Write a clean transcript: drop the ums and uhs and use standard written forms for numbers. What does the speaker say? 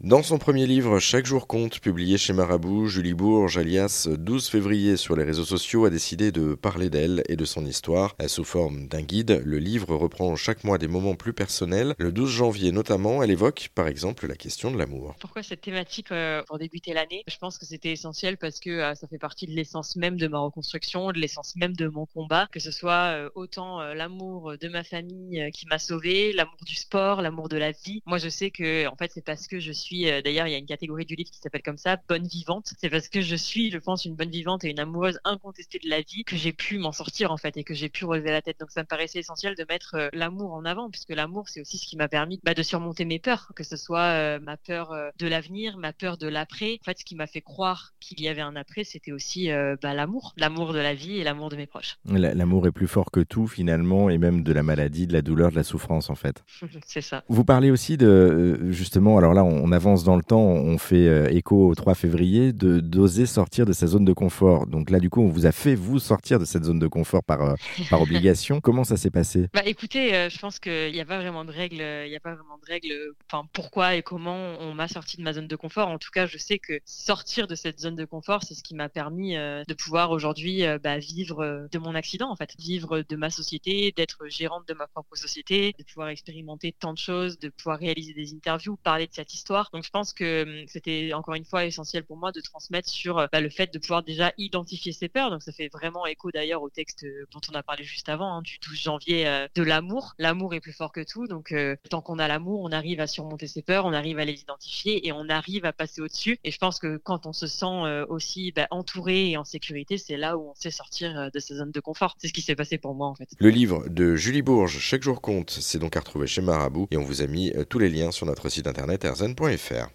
Dans son premier livre, Chaque jour compte, publié chez Marabout, Julie Bourges, alias 12 février sur les réseaux sociaux, a décidé de parler d'elle et de son histoire. Sous forme d'un guide, le livre reprend chaque mois des moments plus personnels. Le 12 janvier notamment, elle évoque par exemple la question de l'amour. Pourquoi cette thématique pour débuter l'année? Je pense que c'était essentiel parce que ça fait partie de l'essence même de ma reconstruction, de l'essence même de mon combat, que ce soit autant l'amour de ma famille qui m'a sauvée, l'amour du sport, l'amour de la vie. Moi, je sais que en fait, c'est parce que je suis d'ailleurs, il y a une catégorie du livre qui s'appelle comme ça, bonne vivante. C'est parce que je suis, je pense, une bonne vivante et une amoureuse incontestée de la vie que j'ai pu m'en sortir en fait et que j'ai pu relever la tête. Donc ça me paraissait essentiel de mettre l'amour en avant, puisque l'amour, c'est aussi ce qui m'a permis de surmonter mes peurs, que ce soit ma peur de l'avenir, ma peur de l'après. En fait, ce qui m'a fait croire qu'il y avait un après, c'était aussi l'amour de la vie et l'amour de mes proches. L'amour est plus fort que tout finalement, et même de la maladie, de la douleur, de la souffrance en fait. C'est ça. Vous parlez aussi de, justement, alors là on avance dans le temps, on fait écho au 3 février, d'oser sortir de sa zone de confort. Donc là du coup on vous a fait vous sortir de cette zone de confort par obligation. Comment ça s'est passé? Écoutez, je pense qu'il n'y a pas vraiment de règles, enfin pourquoi et comment on m'a sorti de ma zone de confort. En tout cas, je sais que sortir de cette zone de confort, c'est ce qui m'a permis de pouvoir aujourd'hui vivre de mon accident en fait, vivre de ma société, d'être gérante de ma propre société, de pouvoir expérimenter tant de choses, de pouvoir réaliser des interviews, parler de cette histoire. Donc je pense que c'était encore une fois essentiel pour moi de transmettre sur le fait de pouvoir déjà identifier ses peurs. Donc ça fait vraiment écho d'ailleurs au texte dont on a parlé juste avant, du 12 janvier, de l'amour. L'amour est plus fort que tout. Donc tant qu'on a l'amour, on arrive à surmonter ses peurs, on arrive à les identifier et on arrive à passer au-dessus. Et je pense que quand on se sent aussi entouré et en sécurité, c'est là où on sait sortir de sa zone de confort. C'est ce qui s'est passé pour moi en fait. Le livre de Julie Bourges, Chaque jour compte, c'est donc à retrouver chez Marabout et on vous a mis tous les liens sur notre site internet erzen.fr.